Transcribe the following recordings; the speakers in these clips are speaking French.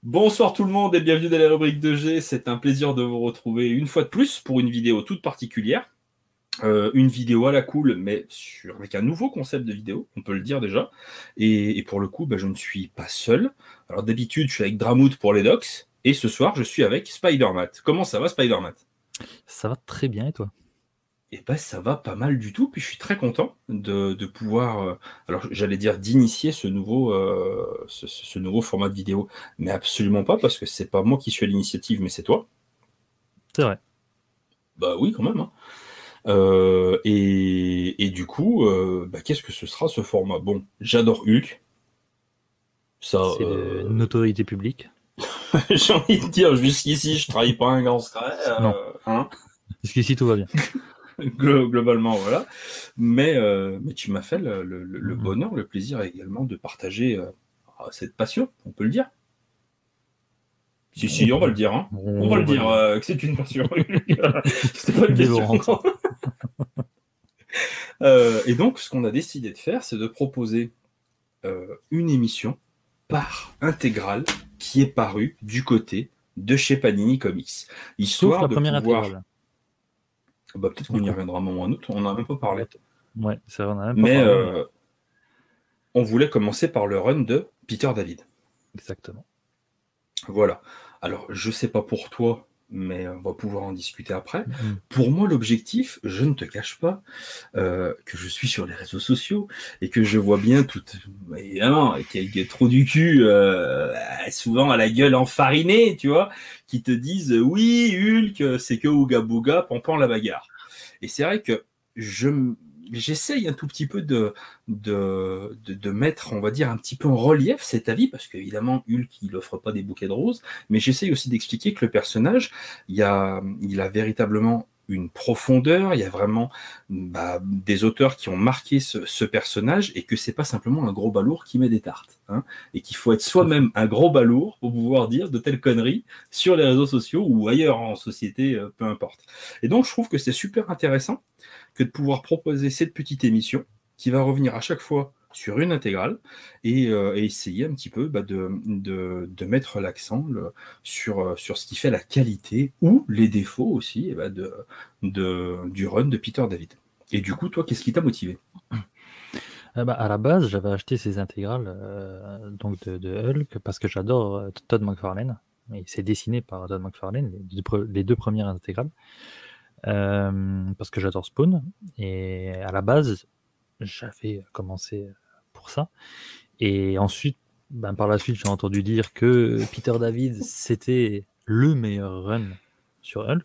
Bonsoir tout le monde et bienvenue dans la rubrique de G. C'est un plaisir de vous retrouver une fois de plus pour une vidéo toute particulière. Une vidéo à la cool, mais avec un nouveau concept de vidéo, on peut le dire déjà. Et pour le coup, je ne suis pas seul. Alors d'habitude, je suis avec Dramout pour les docs. Et ce soir, je suis avec Spider-Mat. Comment ça va, Spider-Mat? Ça va très bien et toi? Eh ben, ça va pas mal du tout, puis je suis très content de pouvoir, alors j'allais dire d'initier ce nouveau format de vidéo, mais absolument pas, parce que c'est pas moi qui suis à l'initiative, mais c'est toi. C'est vrai. Bah oui, quand même, hein. Et du coup, qu'est-ce que ce sera ce format? Bon, j'adore Hulk, ça, C'est de notoriété publique. j'ai envie de dire, jusqu'ici, je trahis pas un grand secret, Non, hein. jusqu'ici tout va bien. Globalement, voilà. Mais tu m'as fait le Mhm. bonheur, le plaisir également de partager cette passion, on peut le dire. Si, on va le dire, hein. On va On le va le dire dire. que c'est une passion. C'était pas une Mais bon, question. rentre. Et donc, ce qu'on a décidé de faire, c'est de proposer une émission par intégrale qui est parue du côté de chez Panini Comics. Sauf Histoire la de première pouvoir... intégrale. peut-être Du qu'on y coup. reviendra un moment ou un autre, on n'en a même pas parlé. Ouais, c'est vrai, on n'a même pas Mais parlé, mais on voulait commencer par le run de Peter David. exactement. Voilà. Alors, je sais pas pour toi, mais on va pouvoir en discuter après. Mhm. Pour moi, l'objectif, je ne te cache pas que je suis sur les réseaux sociaux et que je vois bien tout, évidemment, qu'il y a trop du cul, souvent à la gueule enfarinée, tu vois, qui te disent oui, Hulk, c'est que Ouga Booga, Pampan la bagarre. Et c'est vrai que j'essaye un tout petit peu de mettre, on va dire, un petit peu en relief cet avis, parce qu'évidemment, Hulk, il offre pas des bouquets de roses, mais j'essaye aussi d'expliquer que le personnage, il a véritablement une profondeur, il y a vraiment des auteurs qui ont marqué ce personnage, et que c'est pas simplement un gros balourd qui met des tartes, hein, et qu'il faut être Tout à fait. soi-même un gros balourd pour pouvoir dire de telles conneries sur les réseaux sociaux ou ailleurs en société, peu importe. Et donc, je trouve que c'est super intéressant que de pouvoir proposer cette petite émission qui va revenir à chaque fois sur une intégrale et essayer un petit peu de mettre l'accent sur ce qui fait la qualité ou les défauts aussi du run de Peter David. Et du coup, toi, qu'est-ce qui t'a motivé? À la base, j'avais acheté ces intégrales donc de Hulk parce que j'adore Todd McFarlane. Et c'est dessiné par Todd McFarlane, les deux premières intégrales. Parce que j'adore Spawn. Et à la base, j'avais commencé pour ça. Et ensuite, par la suite, j'ai entendu dire que Peter David, c'était le meilleur run sur Hulk.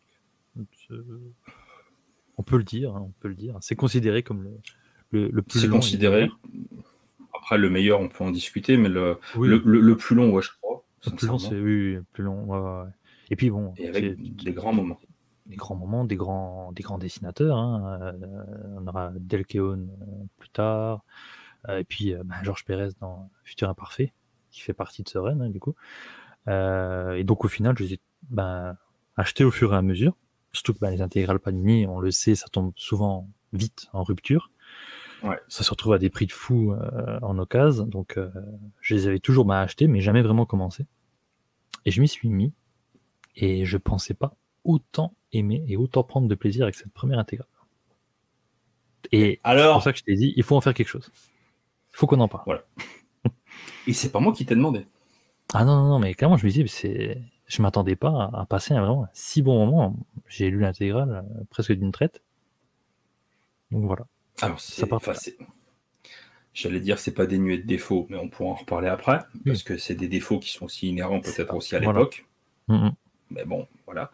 On peut le dire, hein, on peut le dire. C'est considéré comme le plus C'est long et le considéré, meilleur. après le meilleur, on peut en discuter, mais Oui, le plus long, ouais, je crois, le plus long, c'est sincèrement, oui, le plus long. Ouais, ouais, ouais. Et puis bon, et avec c'est des grands moments. des grands moments, des grands dessinateurs. Hein. On aura Del Keown plus tard. Et puis Georges Pérez dans Futur Imparfait, qui fait partie de ce run, hein, du coup. Et donc au final, je les ai achetés au fur et à mesure. Surtout que les intégrales Panini, on le sait, ça tombe souvent vite en rupture. Ouais. Ça se retrouve à des prix de fou en occasion. Donc je les avais toujours achetés, mais jamais vraiment commencé. Et je m'y suis mis. Et je pensais pas autant aimer et autant prendre de plaisir avec cette première intégrale. Et Et c'est pour ça alors, que je t'ai dit, il faut en faire quelque chose. Il faut qu'on en parle. voilà. Et c'est pas moi qui t'ai demandé. Ah non, non, non, mais clairement, je me disais, je m'attendais pas à passer vraiment un si bon moment. J'ai lu l'intégrale presque d'une traite. Donc voilà, Alors, ça part de là. j'allais dire, c'est pas dénué de défauts, mais on pourra en reparler après, Oui, parce que c'est des défauts qui sont aussi inhérents c'est peut-être pas. aussi à Voilà. l'époque. Mm, Mais bon, voilà.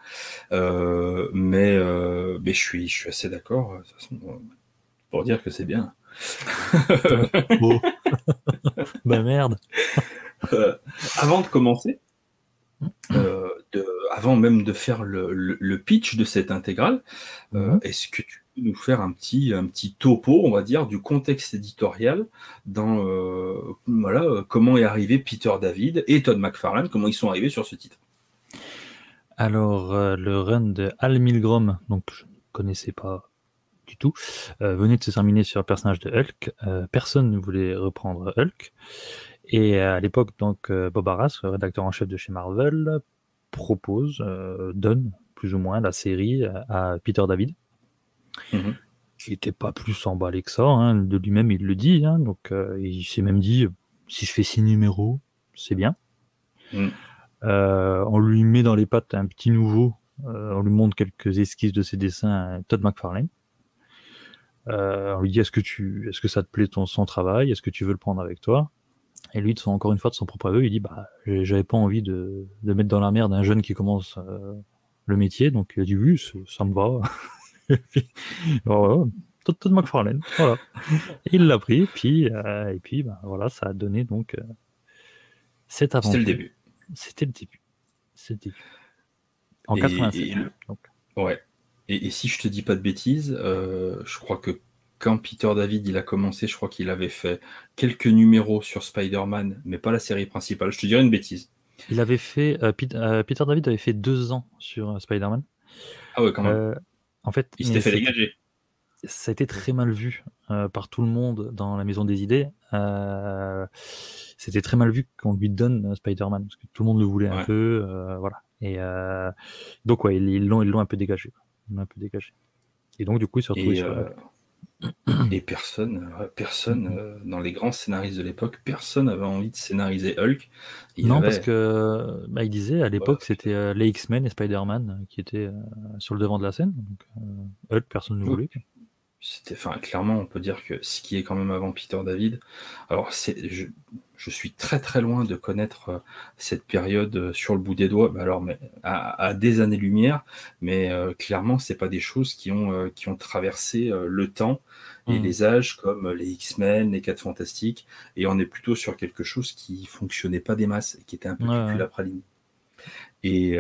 Mais je suis assez d'accord, de toute façon, pour dire que c'est bien. mm. Oh, bah merde. Euh, Avant de commencer, avant même de faire le pitch de cette intégrale, Mhm. est-ce que tu peux nous faire un petit topo, on va dire, du contexte éditorial dans voilà, comment est arrivé Peter David et Todd McFarlane, comment ils sont arrivés sur ce titre? Alors, le run de Al Milgrom, donc je ne connaissais pas du tout, venait de se terminer sur le personnage de Hulk. Personne ne voulait reprendre Hulk. Et à l'époque, donc, Bob Arras, le rédacteur en chef de chez Marvel, donne plus ou moins la série à Peter David, qui n'était pas plus emballé que ça, hein, de lui-même il le dit, hein, donc il s'est même dit, si je fais 6 numéros, c'est bien. On lui met dans les pattes un petit nouveau, on lui montre quelques esquisses de ses dessins à Todd McFarlane. On lui dit, est-ce que ça te plaît son travail, est-ce que tu veux le prendre avec toi? Et lui, encore une fois, de son propre aveu, il dit, j'avais pas envie de mettre dans la merde un jeune qui commence le métier, donc il a dit, oui, ça me va. Et puis, voilà, Todd McFarlane, voilà. Et il l'a pris, et puis, voilà, ça a donné donc cette aventure. C'était le début. C'était le début. En 87. Donc. Ouais. Et si je te dis pas de bêtises, je crois que quand Peter David il a commencé, je crois qu'il avait fait quelques numéros sur Spider-Man, mais pas la série principale. Je te dirais une bêtise. Il avait fait Peter David avait fait 2 ans sur Spider-Man. Ah ouais, quand même. En fait, il s'était fait dégager. Ça a été très mal vu par tout le monde dans la maison des idées. C'était très mal vu qu'on lui donne Spider-Man parce que tout le monde le voulait un peu, voilà. Et donc ouais, ils l'ont un peu dégagé. Et donc du coup, ils se retrouvaient sur. Et personne dans les grands scénaristes de l'époque, personne n'avait envie de scénariser Hulk. Parce que il disait à l'époque c'était les X-Men et Spider-Man qui étaient sur le devant de la scène. Donc Hulk, personne ne voulait. Clairement, on peut dire que ce qui est quand même avant Peter David. Alors, je suis très très loin de connaître cette période sur le bout des doigts. Mais à des années-lumière, mais clairement, c'est pas des choses qui ont traversé le temps et les âges comme les X-Men, les 4 Fantastiques. Et on est plutôt sur quelque chose qui fonctionnait pas des masses et qui était un peu plus la praline. Et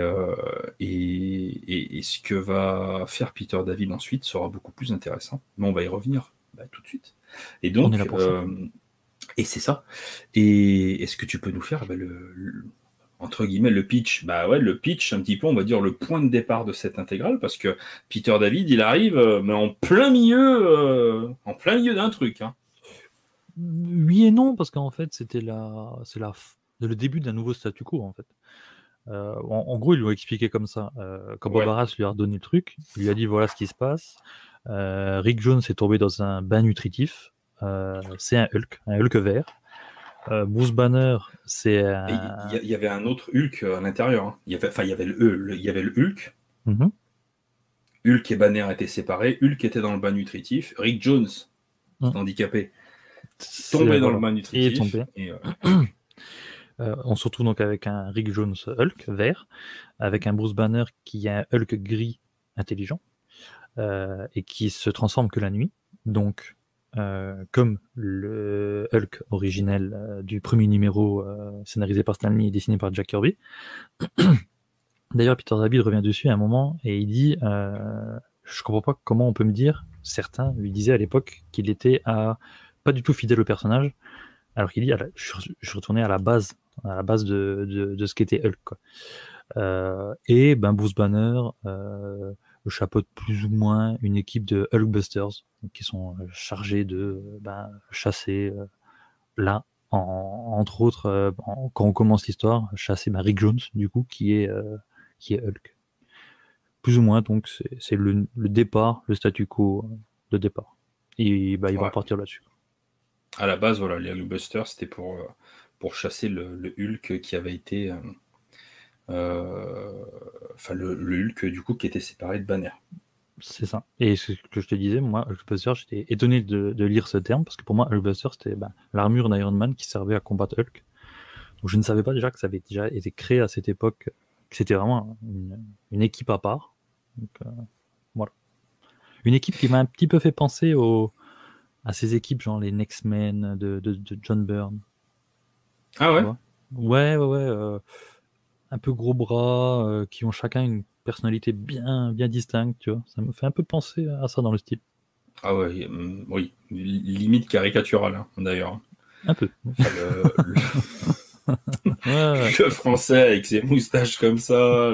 ce que va faire Peter David ensuite sera beaucoup plus intéressant. Mais on va y revenir tout de suite. Et donc, on est là pour ça. Et c'est ça. Et est-ce que tu peux nous faire entre guillemets le pitch? Le pitch, un petit peu, on va dire le point de départ de cette intégrale, parce que Peter David, il arrive, mais en plein milieu d'un truc. Hein. Oui et non, parce qu'en fait, c'est le début d'un nouveau statu quo, en fait. En gros, ils l'ont expliqué comme ça. Quand Bob Arras lui a redonné le truc, il lui a dit voilà ce qui se passe. Rick Jones est tombé dans un bain nutritif. C'est un Hulk vert. Bruce Banner, c'est il y avait un autre Hulk à l'intérieur. Hein. Il y avait le Hulk. Hulk et Banner étaient séparés. Hulk était dans le bain nutritif. Rick Jones, handicapé, tombé dans le bain nutritif. Et tombé. On se retrouve donc avec un Rick Jones Hulk vert, avec un Bruce Banner qui est un Hulk gris intelligent et qui se transforme que la nuit. Donc, comme le Hulk originel du premier numéro scénarisé par Stan Lee et dessiné par Jack Kirby. D'ailleurs, Peter David revient dessus à un moment et il dit je comprends pas comment on peut me dire, certains lui disaient à l'époque qu'il était pas du tout fidèle au personnage, alors qu'il dit je suis retourné à la base de ce qu'était Hulk, quoi. Et Bruce Banner chapeaute plus ou moins une équipe de Hulkbusters qui sont chargés de chasser là, entre autres, quand on commence l'histoire, chasser Rick Jones, du coup, qui est Hulk. Plus ou moins, donc c'est le départ, le statu quo de départ. Et il va repartir là-dessus. À la base, voilà, les Hulkbusters, c'était pour chasser le Hulk qui avait été... le Hulk, du coup, qui était séparé de Banner. C'est ça. Et ce que je te disais, moi, Hulkbuster, j'étais étonné de lire ce terme, parce que pour moi, Hulkbuster, c'était l'armure d'Iron Man qui servait à combattre Hulk. Donc je ne savais pas déjà que ça avait déjà été créé à cette époque, que c'était vraiment une équipe à part. Donc, voilà. Une équipe qui m'a un petit peu fait penser à ces équipes, genre les Next Men de John Byrne. Ah ouais? Ouais. Un peu gros bras, qui ont chacun une personnalité bien distincte, tu vois. Ça me fait un peu penser à ça dans le style. Ah ouais, oui, limite caricatural, hein, d'ailleurs. Un peu. Le français avec ses moustaches comme ça,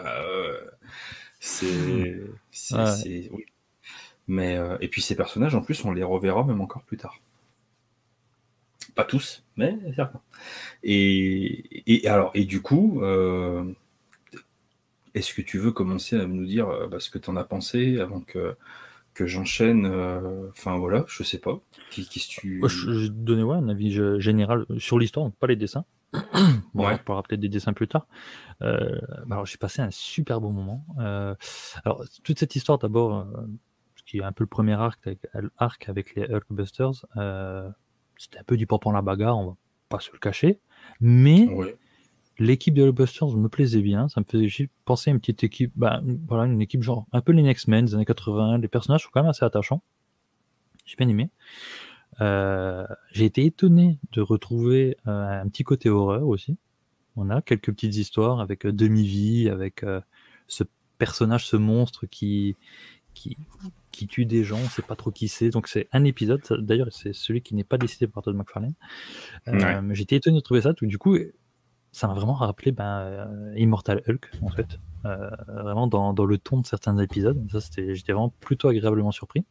oui. Mais et puis ces personnages, en plus, on les reverra même encore plus tard. Pas tous, mais certains. Et du coup, est-ce que tu veux commencer à nous dire ce que tu en as pensé avant que j'enchaîne Enfin voilà, je sais pas. Qu'est-ce que tu... Je donnais un avis général sur l'histoire, donc pas les dessins. Bon, Ouais. on parlera peut-être des dessins plus tard. Alors j'ai passé un super bon moment. Alors toute cette histoire d'abord, ce qui est un peu le premier arc avec les Hulkbusters, c'était un peu du pop en la bagarre, on va pas se le cacher. Mais Ouais. l'équipe de Hulkbusters me plaisait bien, ça me faisait penser à une petite équipe, voilà, une équipe genre un peu les X-Men des années 80. Les personnages sont quand même assez attachants. J'ai bien aimé. J'ai été étonné de retrouver un petit côté horreur aussi. On a quelques petites histoires avec Demi-Vie, avec ce personnage, ce monstre qui tue des gens, on sait pas trop qui c'est. Donc c'est un épisode, d'ailleurs c'est celui qui n'est pas décidé par Todd McFarlane. Ouais. J'étais étonné de trouver ça, du coup ça m'a vraiment rappelé Immortal Hulk en fait. Vraiment dans le ton de certains épisodes. Ça, j'étais vraiment plutôt agréablement surpris.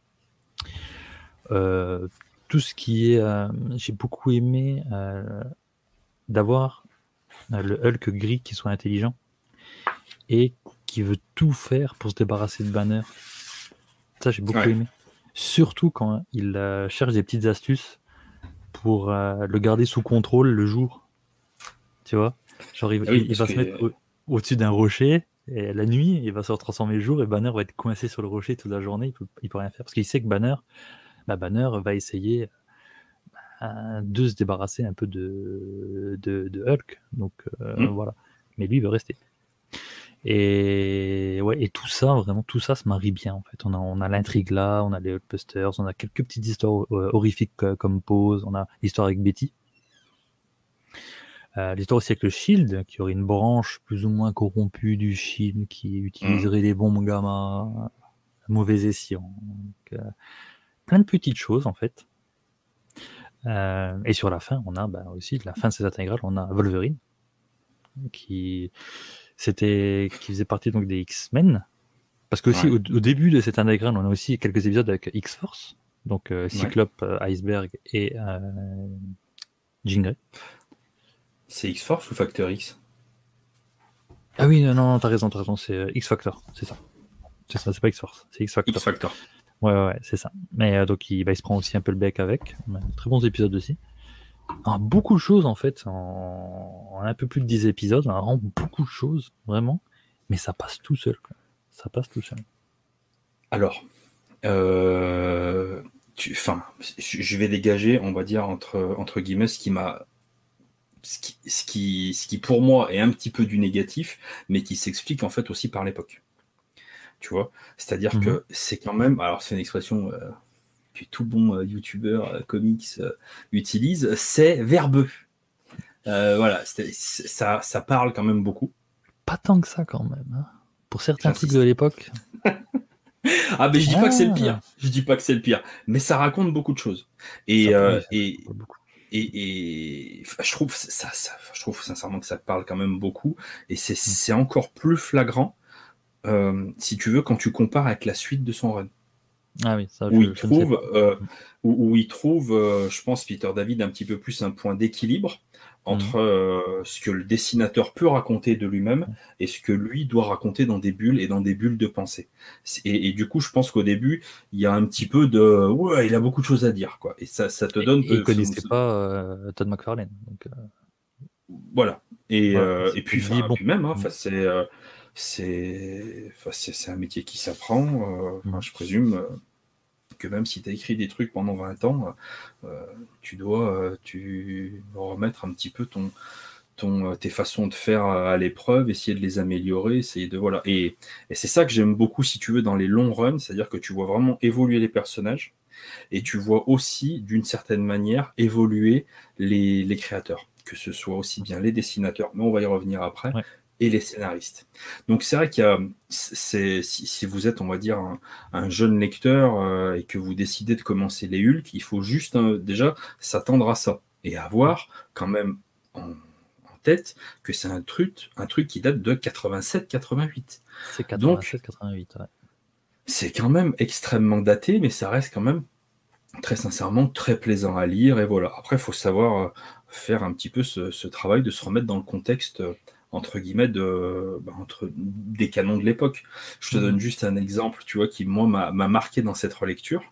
Tout ce qui est... j'ai beaucoup aimé d'avoir le Hulk gris qui soit intelligent et qui veut tout faire pour se débarrasser de Banner. Ça, j'ai beaucoup aimé. Surtout quand il cherche des petites astuces pour le garder sous contrôle le jour. Tu vois, genre il va se mettre au-dessus d'un rocher et la nuit il va se transformer le jour et Banner va être coincé sur le rocher toute la journée, il peut rien faire parce qu'il sait que Banner va essayer de se débarrasser un peu de Hulk, donc voilà, mais lui il veut rester. Et tout ça, vraiment tout ça se marie bien en fait. On a l'intrigue là, on a les Hulkbusters, on a quelques petites histoires horrifiques comme Pose, on a l'histoire avec Betty. L'histoire aussi avec le Shield, qui aurait une branche plus ou moins corrompue du Shield, qui utiliserait des bombes gamma à mauvais escient. Donc, plein de petites choses en fait. Et sur la fin, on a aussi la fin de cette intégrale, on a Wolverine, qui faisait partie donc des X-Men. Parce que aussi au début de cette intégrale, on a aussi quelques épisodes avec X-Force, donc Cyclope, Iceberg et Jean Grey. C'est X-Force ou Factor X? Ah oui, non, t'as raison, c'est X-Factor, c'est ça. C'est ça, c'est pas X-Force, c'est X-Factor. X-Factor. Ouais, c'est ça. Mais donc il se prend aussi un peu le bec avec. Très bons épisodes aussi. Alors, beaucoup de choses en fait, en un peu plus de 10 épisodes, vraiment beaucoup de choses, vraiment. Mais ça passe tout seul, quoi. Ça passe tout seul. Alors, je vais dégager, on va dire, entre guillemets, ce qui pour moi est un petit peu du négatif, mais qui s'explique en fait aussi par l'époque. Tu vois, c'est-à-dire que c'est quand même, alors c'est une expression que tout bon youtubeur comics utilise, c'est verbeux. Voilà, ça parle quand même beaucoup. Pas tant que ça quand même, hein. Pour certains trucs de l'époque. Ah, mais je dis pas que c'est le pire. Je dis pas que c'est le pire, mais ça raconte beaucoup de choses. Et je trouve sincèrement que ça parle quand même beaucoup. Et c'est encore plus flagrant, si tu veux, quand tu compares avec la suite de son run. Ah oui, ça, où il trouve, je pense, Peter David, un petit peu plus un point d'équilibre entre ce que le dessinateur peut raconter de lui-même et ce que lui doit raconter dans des bulles et dans des bulles de pensée. Et du coup, je pense qu'au début, il y a un petit peu de... Ouais, il a beaucoup de choses à dire, quoi. Et ça te donne... Il ne connaissait pas Todd McFarlane. Donc, voilà. Et puis même, c'est un métier qui s'apprend. Je présume... que même si tu as écrit des trucs pendant 20 ans, tu dois remettre un petit peu tes façons de faire à l'épreuve, essayer de les améliorer, essayer de... Voilà. Et c'est ça que j'aime beaucoup, si tu veux, dans les longs runs, c'est-à-dire que tu vois vraiment évoluer les personnages, et tu vois aussi, d'une certaine manière, évoluer les créateurs, que ce soit aussi bien les dessinateurs, mais on va y revenir après, et les scénaristes. Donc c'est vrai qu'il y a, si vous êtes, on va dire, un jeune lecteur et que vous décidez de commencer les Hulk, il faut juste déjà s'attendre à ça et avoir quand même en tête que c'est un truc qui date de 87-88. C'est 87-88, ouais. C'est quand même extrêmement daté, mais ça reste quand même très sincèrement, très plaisant à lire, et voilà. Après, il faut savoir faire un petit peu ce travail de se remettre dans le contexte, entre guillemets, entre des canons de l'époque. Je te donne juste un exemple, tu vois, qui, moi, m'a marqué dans cette relecture.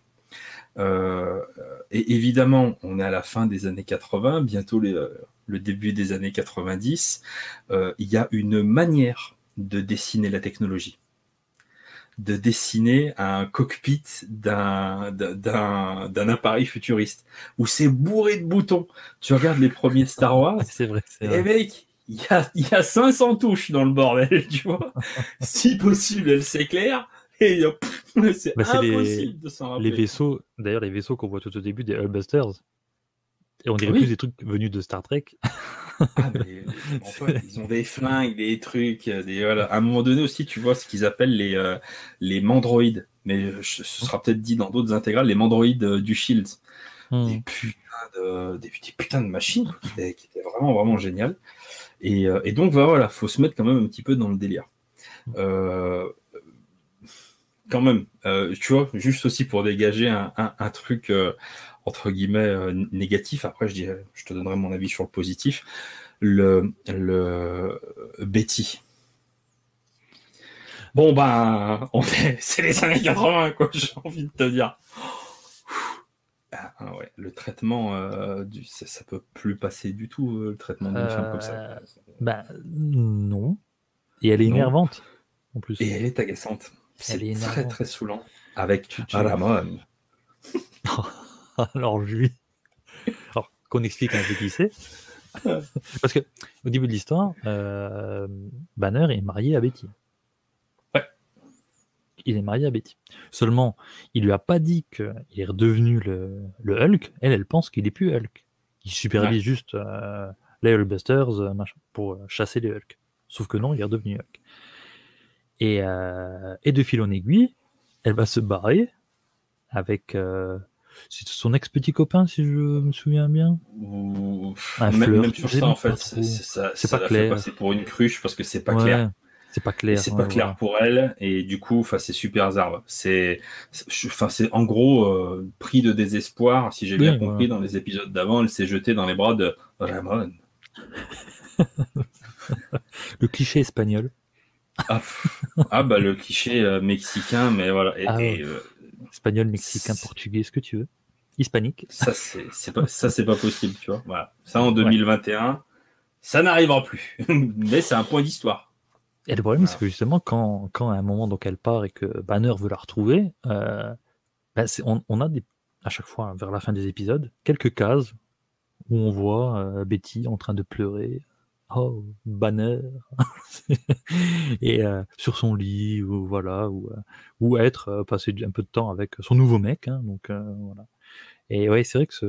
Et évidemment, on est à la fin des années 80, bientôt le début des années 90. Il y a une manière de dessiner la technologie, de dessiner un cockpit d'un appareil futuriste, où c'est bourré de boutons. Tu regardes les premiers Star Wars, C'est vrai, c'est et vrai. mec, il y a 500 touches dans le bordel, tu vois. Si possible, elles s'éclairent, et c'est Bah, c'est impossible de s'en les rappeler. vaisseaux, d'ailleurs, les vaisseaux qu'on voit tout au début des Hullbusters. Et on dirait plus Oui. des trucs venus de Star Trek. Ah, mais mon pote, ils ont des flingues, des trucs, voilà. À un moment donné aussi, tu vois ce qu'ils appellent les mandroïdes. Mais ce sera peut-être dit dans d'autres intégrales, les mandroïdes du Shield. Des Hmm. putains des putains de machines quoi, qui étaient vraiment, vraiment géniales. Et donc, voilà, faut se mettre quand même un petit peu dans le délire. Euh, Quand même, tu vois, juste aussi pour dégager un truc, entre guillemets, négatif. Après, je te donnerai mon avis sur le positif. Le Betty. Bon, ben, c'est les années 80, quoi, j'ai envie de te dire. Ouais, le traitement, ça peut plus passer du tout, le traitement d'une femme comme ça. Euh, Bah, non. Et elle est Non. énervante, en Et plus. elle est agaçante. Elle est C'est très, énervante. très saoulant. Avec Tu, tu... Ramon. Alors, lui. Alors, qu'on explique un peu qui c'est. Parce que, au début de l'histoire, Banner est marié à Betty. Ouais, Il est marié à Betty. Seulement, il lui a pas dit qu'il est redevenu le Hulk. Elle pense qu'il est plus Hulk. Il ouais. supervise juste les Hulkbusters machin, pour chasser les Hulk. Sauf que non, il est redevenu Hulk. Et de fil en aiguille, elle va se barrer avec c'est son ex-petit copain, si je me souviens bien. Un Même flirt, sur je sais ça, en même pas fait, trop. ça, C'est pas ça la fait clair. passer pour une cruche parce que c'est pas Ouais, clair. c'est pas Et clair. c'est Ouais, pas clair voilà. pour elle, et du coup, enfin, c'est super zarbe. C'est en gros, pris de désespoir, si j'ai bien Oui, voilà. compris, dans les épisodes d'avant, elle s'est jetée dans les bras de Ramon. Le cliché espagnol. Ah, bah le cliché mexicain, mais voilà. Ah ouais. Espagnol, mexicain, portugais, ce que tu veux. Hispanique. ça c'est pas possible, tu vois. Voilà. Ça en Ouais. 2021, ça n'arrivera plus. Mais c'est un point d'histoire. Et le problème, c'est Voilà. que justement, quand à un moment donc elle part et que Banner veut la retrouver, bah, on a à chaque fois, hein, vers la fin des épisodes, quelques cases où on voit Betty en train de pleurer. Oh, Banner. Et sur son lit, ou voilà, ou être passer un peu de temps avec son nouveau mec. Hein, donc voilà. Et ouais, c'est vrai que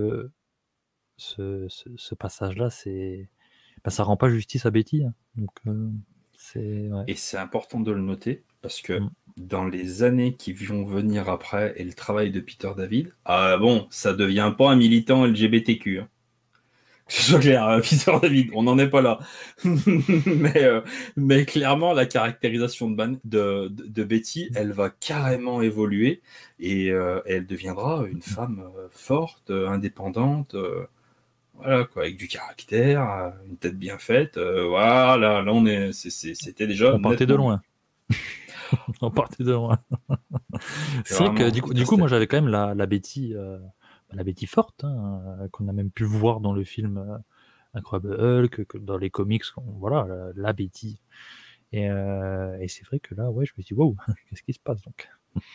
ce passage-là, bah, ça rend pas justice à Betty. Hein. Donc c'est ouais. Et c'est important de le noter parce que Mm. dans les années qui vont venir après et le travail de Peter David, ah bon, ça devient pas un militant LGBTQ. Hein. Que ce soit clair, Peter David, on n'en est pas là. mais, mais clairement, la caractérisation de Betty, elle va carrément évoluer et elle deviendra une femme forte, indépendante. Voilà, quoi, avec du caractère, une tête bien faite. Voilà, là, c'était déjà On partait de nettement mieux. loin. On partait de loin. C'est C'est vrai que vraiment du hyper coup, moi step. j'avais quand même la Betty forte, hein, qu'on a même pu voir dans le film Incroyable Hulk, que dans les comics, voilà, la Betty. Et c'est vrai que là, ouais, je me suis dit, wow, qu'est-ce qui se passe donc?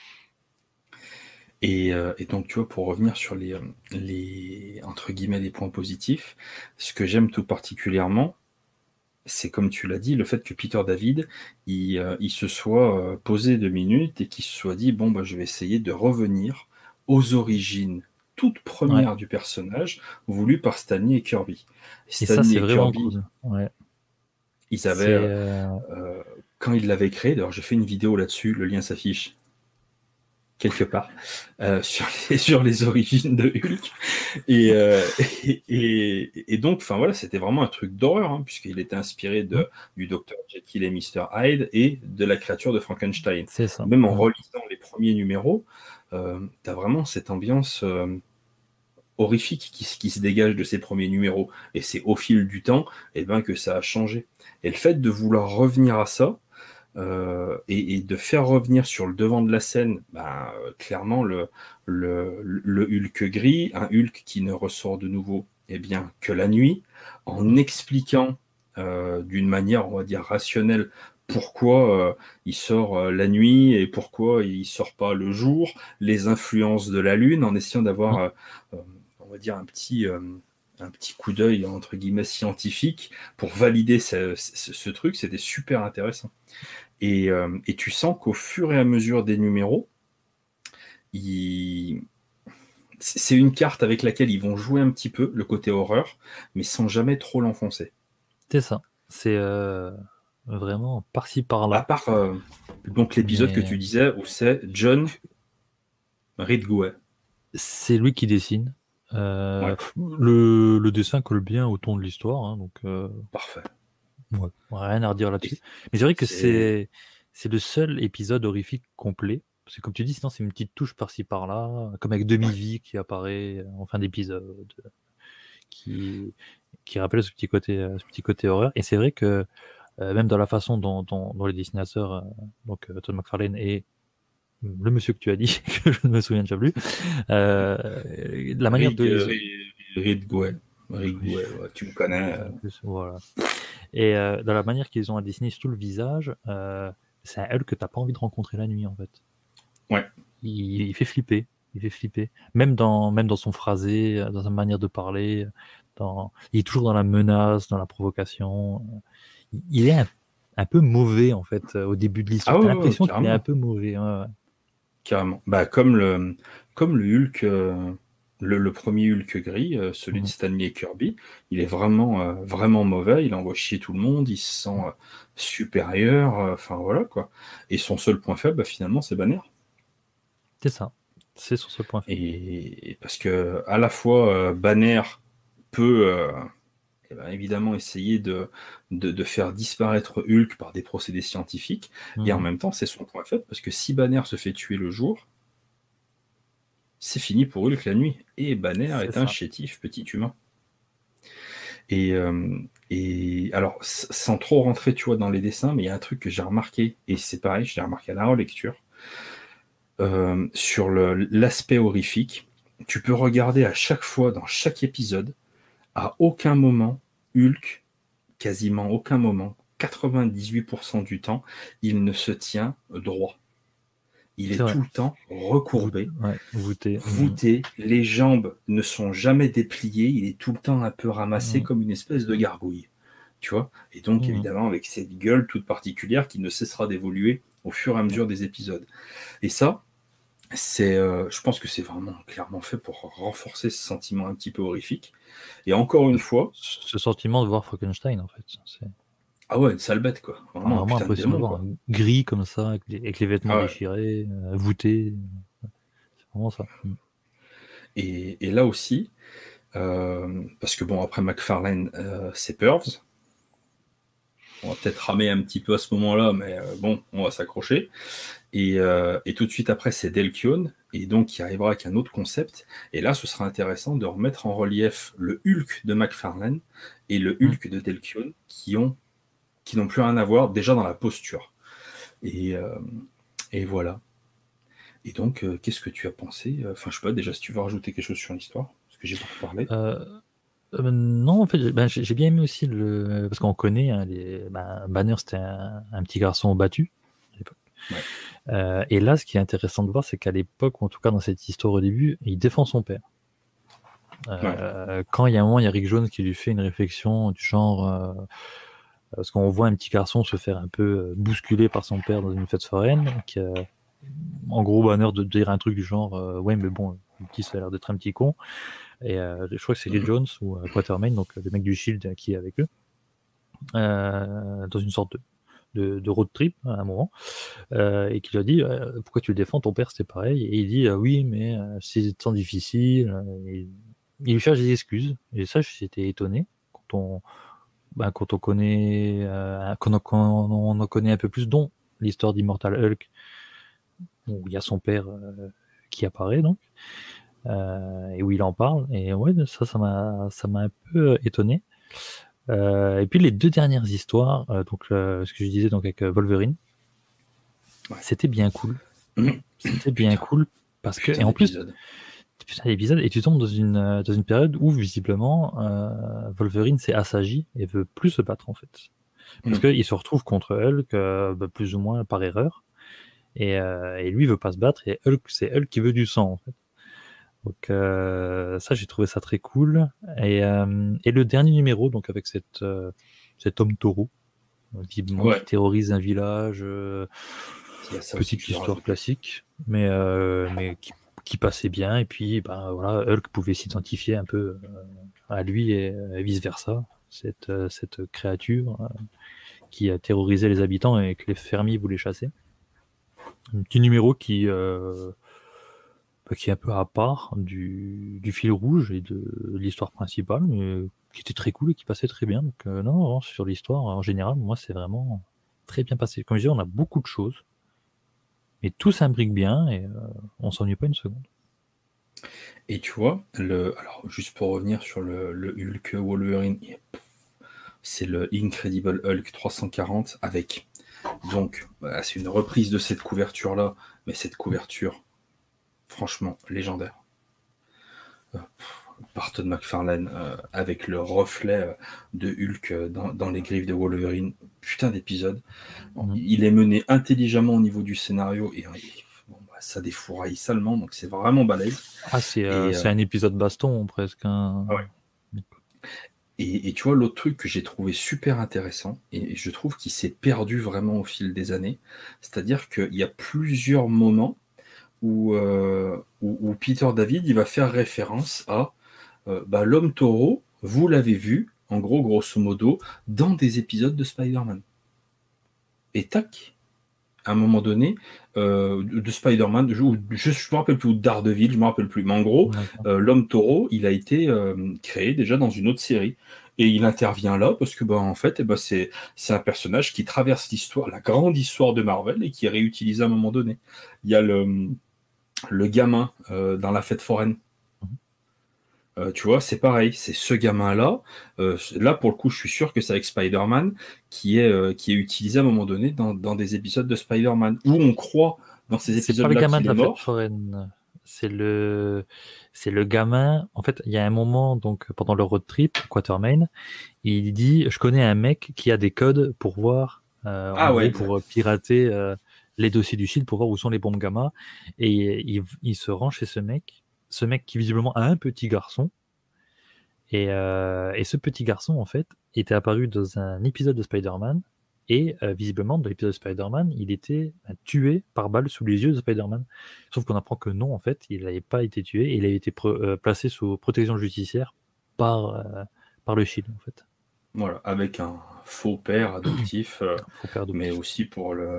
Et donc, tu vois, pour revenir sur entre guillemets, les points positifs, ce que j'aime tout particulièrement, c'est comme tu l'as dit, le fait que Peter David, il se soit posé 2 minutes et qu'il se soit dit, bon, bah, je vais essayer de revenir aux origines toutes Ouais. premières du personnage, voulues par Stanley et Kirby. Et ça, Stanley c'est et vraiment Kirby, cool. Ouais. ils avaient, C'est quand ils l'avaient créé, d'ailleurs j'ai fait une vidéo là-dessus, le lien s'affiche quelque part, sur les origines de Hulk. Et, euh, et donc, enfin voilà, c'était vraiment un truc d'horreur, hein, puisqu'il était inspiré hmm, du Dr Jekyll et Mr Hyde et de la créature de Frankenstein. c'est ça. Même en Hmm. relisant les premiers numéros, tu as vraiment cette ambiance. horrifique qui se dégage de ces premiers numéros. Et c'est au fil du temps que ça a changé. Et le fait de vouloir revenir à ça, et de faire revenir sur le devant de la scène, clairement, le Hulk gris, un Hulk qui ne ressort de nouveau que la nuit, en expliquant d'une manière, on va dire, rationnelle, pourquoi il sort la nuit et pourquoi il sort pas le jour, les influences de la lune, en essayant d'avoir, on va dire, un petit coup d'œil entre guillemets scientifique pour valider ce truc. C'était super intéressant. Et tu sens qu'au fur et à mesure des numéros, c'est une carte avec laquelle ils vont jouer un petit peu le côté horreur, mais sans jamais trop l'enfoncer. C'est ça. C'est vraiment par-ci À par-là. part donc l'épisode que tu disais où c'est John Ridgway. C'est lui qui dessine. Le dessin colle bien au ton de l'histoire, hein, donc parfait. Ouais, rien à redire là-dessus. Mais c'est vrai que c'est le seul épisode horrifique complet. Parce que comme tu dis, sinon c'est une petite touche par-ci par-là, comme avec Demi-Vie qui apparaît en fin d'épisode, qui rappelle ce petit côté horreur. Et c'est vrai que même dans la façon dont les dessinateurs, Todd McFarlane et le monsieur que tu as dit, que je ne me souviens déjà plus, la manière de... Ridgway, tu me connais. Voilà. Et dans la manière qu'ils ont à dessiner surtout le visage, c'est un Hulk que t'as pas envie de rencontrer la nuit en fait. Ouais. Il fait flipper. Il fait flipper. Même dans son phrasé, dans sa manière de parler, il est toujours dans la menace, dans la provocation. Il est un peu mauvais en fait au début de l'histoire. T'as l'impression qu'il est un peu mauvais. Ouais. Carrément. Comme le Hulk. Le premier Hulk gris, celui de Stanley Kirby, il est vraiment, vraiment mauvais. Il envoie chier tout le monde. Il se sent supérieur. Enfin voilà quoi. Et son seul point faible, finalement, c'est Banner. C'est ça. C'est son seul point faible. Et parce que à la fois Banner peut évidemment essayer de faire disparaître Hulk par des procédés scientifiques, et en même temps, c'est son point faible parce que si Banner se fait tuer le jour, c'est fini pour Hulk la nuit. Et Banner est un chétif petit humain. Et alors, sans trop rentrer, tu vois, dans les dessins, mais il y a un truc que j'ai remarqué, et c'est pareil, je l'ai remarqué à la relecture, sur l'aspect horrifique. Tu peux regarder à chaque fois, dans chaque épisode, à aucun moment, Hulk, quasiment aucun moment, 98% du temps, il ne se tient droit. Il est tout le temps recourbé, voûté, les jambes ne sont jamais dépliées, il est tout le temps un peu ramassé comme une espèce de gargouille. Tu vois ? Et donc, évidemment, avec cette gueule toute particulière qui ne cessera d'évoluer au fur et à mesure des épisodes. Et ça, je pense que c'est vraiment clairement fait pour renforcer ce sentiment un petit peu horrifique. Et encore une fois... Ce sentiment de voir Frankenstein, en fait. Ah ouais, une sale bête, quoi. Vraiment impressionnant de voir un gris comme ça, avec les vêtements déchirés, voûtés. C'est vraiment ça. Et là aussi, parce que bon, après McFarlane, c'est Purves. On va peut-être ramer un petit peu à ce moment-là, mais bon, on va s'accrocher. Et tout de suite après, c'est Dale Keown, et donc il arrivera avec un autre concept. Et là, ce sera intéressant de remettre en relief le Hulk de McFarlane et le Hulk de Dale Keown qui n'ont plus rien à voir déjà dans la posture. Et voilà. Et donc, qu'est-ce que tu as pensé ? Enfin, je sais pas, déjà, si tu veux rajouter quelque chose sur l'histoire, parce que j'ai beaucoup parlé. Non, en fait, j'ai bien aimé aussi parce qu'on connaît Banner, c'était un petit garçon battu à l'époque. Ouais. Et là, ce qui est intéressant de voir, c'est qu'à l'époque, ou en tout cas dans cette histoire au début, il défend son père. Quand il y a un moment, il y a Rick Jones qui lui fait une réflexion du genre, parce qu'on voit un petit garçon se faire un peu bousculer par son père dans une fête foraine, en gros, Banner de dire un truc du genre, ouais, mais bon, le petit, ça a l'air d'être un petit con. Et je crois que c'est Rick Jones ou Quatermain, donc le mec du Shield qui est avec eux, dans une sorte de road trip à un moment, et qui lui a dit pourquoi tu le défends, ton père c'était pareil, et il dit oui mais c'est tant difficile, il lui cherche des excuses, et ça j'étais étonné quand on connaît quand on en connaît un peu plus, dont l'histoire d'Immortal Hulk où il y a son père qui apparaît donc. et où il en parle. Et ouais, ça m'a un peu étonné. Et puis les deux dernières histoires, donc ce que je disais donc avec Wolverine, Ouais. c'était bien cool. C'était bien Putain. cool parce que, et Putain en plus, d'épisode. putain, l'épisode, et tu tombes dans une période où visiblement Wolverine s'est assagi et veut plus se battre en fait. Parce qu'il se retrouve contre Hulk plus ou moins par erreur. Et lui veut pas se battre, et Hulk, c'est Hulk qui veut du sang en fait. Donc ça, j'ai trouvé ça très cool. Et le dernier numéro, donc avec cet homme taureau, visiblement qui Ouais. terrorise un village, Il y a ça aussi que petite je dois histoire rajouter. classique, mais qui passait bien. Et puis, ben voilà, Hulk pouvait s'identifier un peu à lui et vice versa. Cette créature qui a terrorisé les habitants et que les fermiers voulaient chasser. Un petit numéro qui est un peu à part du fil rouge et de l'histoire principale, mais qui était très cool et qui passait très bien. Donc non, sur l'histoire, en général, moi, c'est vraiment très bien passé. Comme je disais, on a beaucoup de choses, mais tout s'imbrique bien et on s'ennuie pas une seconde. Et tu vois, alors juste pour revenir sur le Hulk Wolverine, c'est le Incredible Hulk 340 avec. Donc, c'est une reprise de cette couverture-là, mais cette couverture, franchement, légendaire. Par Todd McFarlane, avec le reflet de Hulk dans les griffes de Wolverine. Putain d'épisode. Bon, il est mené intelligemment au niveau du scénario et bon, ça défouraille salement, donc c'est vraiment balèze. Ah, c'est un épisode baston presque. Ouais. Et tu vois, l'autre truc que j'ai trouvé super intéressant, et je trouve qu'il s'est perdu vraiment au fil des années, c'est-à-dire qu'il y a plusieurs moments où Peter David il va faire référence à l'homme taureau, vous l'avez vu, en gros, grosso modo, dans des épisodes de Spider-Man. Et tac, à un moment donné, de Spider-Man, je me rappelle plus, ou Daredevil, je me rappelle plus, mais en gros, l'homme taureau, il a été créé déjà dans une autre série. Et il intervient là parce que, en fait, c'est un personnage qui traverse l'histoire, la grande histoire de Marvel et qui est réutilisé à un moment donné. Il y a le gamin dans la fête foraine. Tu vois, c'est pareil, c'est ce gamin-là. Là, pour le coup, je suis sûr que c'est avec Spider-Man qui est utilisé à un moment donné dans des épisodes de Spider-Man, où on croit dans ces C'est pas le épisodes-là gamin de qu'il est la fête mort. foraine. C'est le gamin. En fait, il y a un moment, donc, pendant le road trip, Quatermain, il dit, je connais un mec qui a des codes pour voir, en Ah ouais, gros, exact. pour pirater les dossiers du Shield, pour voir où sont les bombes gamma. Et il se rend chez ce mec qui visiblement a un petit garçon. Et ce petit garçon, en fait, était apparu dans un épisode de Spider-Man. Et visiblement, dans l'épisode de Spider-Man, il était tué par balle sous les yeux de Spider-Man. Sauf qu'on apprend que non, en fait, il n'avait pas été tué. Et il a été placé sous protection judiciaire par le Shield, en fait. Voilà, avec un faux père adoptif, Faux père mais adoptif. aussi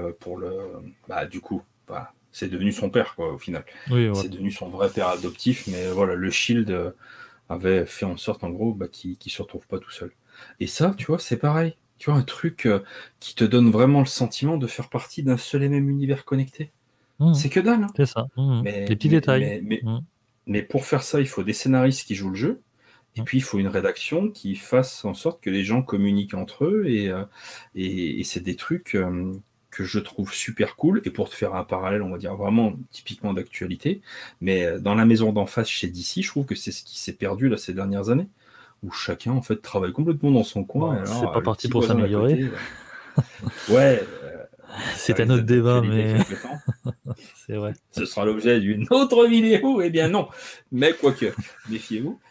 du coup, c'est devenu son père, quoi, au final. Oui, voilà. C'est devenu son vrai père adoptif, mais voilà, le Shield avait fait en sorte, en gros, qu'il ne se retrouve pas tout seul. Et ça, tu vois, c'est pareil. Tu vois, un truc qui te donne vraiment le sentiment de faire partie d'un seul et même univers connecté. C'est que dalle, hein. C'est ça. Mais, Les petits mais, détails. mais, mais, mais pour faire ça, il faut des scénaristes qui jouent le jeu. Et Mmh. puis, il faut une rédaction qui fasse en sorte que les gens communiquent entre eux. Et c'est des trucs que je trouve super cool. Et pour te faire un parallèle, on va dire vraiment typiquement d'actualité, mais dans la maison d'en face chez DC, je trouve que c'est ce qui s'est perdu là ces dernières années, où chacun en fait travaille complètement dans son coin. Et Bon, c'est alors, pas le parti petit pour voisin d'à s'améliorer. côté, ouais, ça C'est un risque autre d'être débat, d'actualité mais quelque temps. c'est vrai. Ce sera l'objet d'une autre vidéo. Eh bien non, mais quoique, méfiez-vous.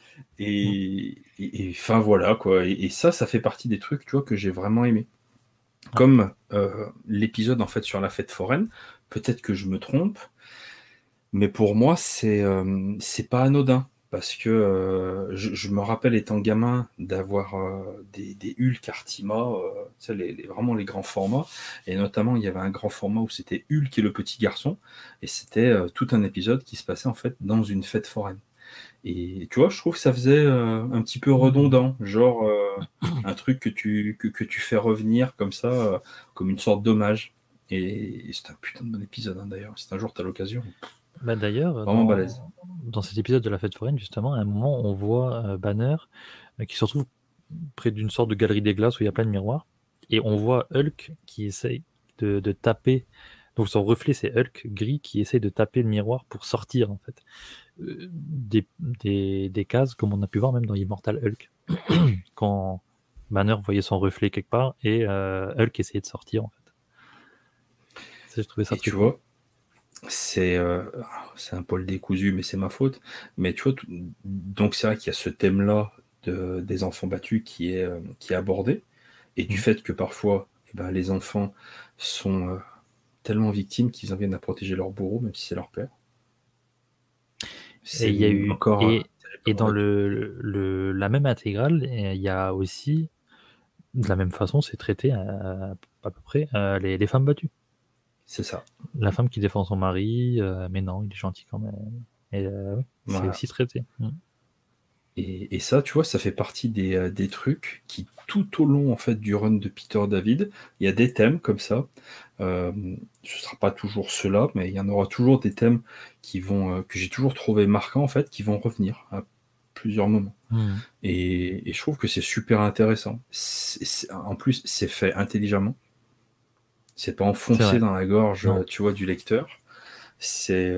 Et enfin voilà quoi. Et ça fait partie des trucs, tu vois, que j'ai vraiment aimé. Comme l'épisode en fait sur la fête foraine. Peut-être que je me trompe, mais pour moi c'est pas anodin parce que je me rappelle étant gamin d'avoir des Hulk Artima, tu sais, vraiment les grands formats, et notamment il y avait un grand format où c'était Hulk et le petit garçon, et c'était tout un épisode qui se passait en fait dans une fête foraine. Et tu vois, je trouve que ça faisait un petit peu redondant, genre un truc que tu fais revenir comme ça, comme une sorte d'hommage. Et c'est un putain de bon épisode, hein, d'ailleurs. Si un jour tu as l'occasion, Bah d'ailleurs, vraiment balèze. dans cet épisode de la fête foraine, justement, à un moment, on voit Banner qui se retrouve près d'une sorte de galerie des glaces où il y a plein de miroirs. Et on voit Hulk qui essaye de taper. Donc son reflet, c'est Hulk gris qui essaye de taper le miroir pour sortir, en fait, des cases, comme on a pu voir même dans Immortal Hulk. Quand Banner voyait son reflet quelque part et Hulk essayait de sortir, en fait. Ça, je trouvais ça Et très tu cool. vois, c'est un poil décousu, mais c'est ma faute. Mais tu vois, donc c'est vrai qu'il y a ce thème-là des enfants battus qui est abordé, et du fait que parfois, eh ben, les enfants sont tellement victimes qu'ils en viennent à protéger leur bourreau, même si c'est leur père. Et C'est il y a eu encore et terriblement dans vécu. la même intégrale, il y a aussi, de la même façon, c'est traité à peu près les femmes battues. C'est ça. La femme qui défend son mari, mais non, il est gentil quand même. Et oui, c'est Voilà. aussi traité. Et ça, tu vois, ça fait partie des trucs qui, tout au long en fait du run de Peter David, il y a des thèmes comme ça. Ce ne sera pas toujours ceux-là, mais il y en aura toujours des thèmes que j'ai toujours trouvé marquants en fait, qui vont revenir à plusieurs moments. Et je trouve que c'est super intéressant. En plus, c'est fait intelligemment. C'est pas C'est enfoncé vrai. dans la gorge, Non. tu vois, du lecteur. C'est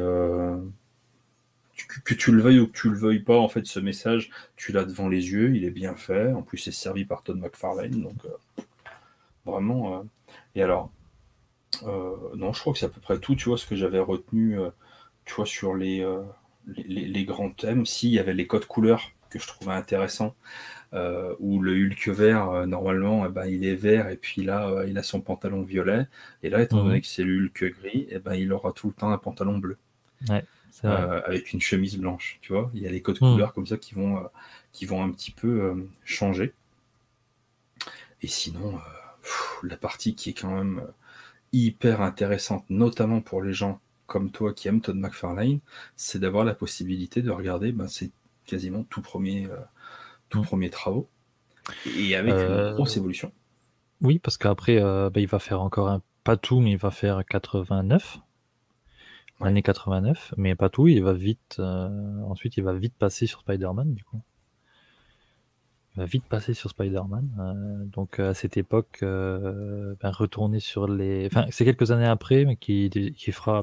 que tu le veuilles ou que tu le veuilles pas, en fait, ce message, tu l'as devant les yeux, il est bien fait. En plus, c'est servi par Todd McFarlane, donc vraiment. Et alors, non, je crois que c'est à peu près tout, tu vois, ce que j'avais retenu, tu vois, sur les grands thèmes. Si, il y avait les codes couleurs que je trouvais intéressants, où le Hulk vert, normalement, ben, il est vert, et puis là, il a son pantalon violet. Et là, étant donné que c'est le Hulk gris, et ben, il aura tout le temps un pantalon bleu. Ouais, c'est vrai. Avec une chemise blanche, tu vois. Il y a les codes couleurs comme ça qui vont un petit peu changer. Et sinon, la partie qui est quand même hyper intéressante, notamment pour les gens comme toi qui aiment Todd McFarlane, c'est d'avoir la possibilité de regarder ses quasiment tout premiers travaux, et avec une grosse évolution. Oui, parce qu'après, il va faire encore pas tout, mais il va faire 89. Ouais. L'année 89, mais pas tout, il va vite. Ensuite, il va vite passer sur Spider-Man, du coup. Il va vite passer sur Spider-Man. Donc, à cette époque, retourner sur les. Enfin, c'est quelques années après, mais qui fera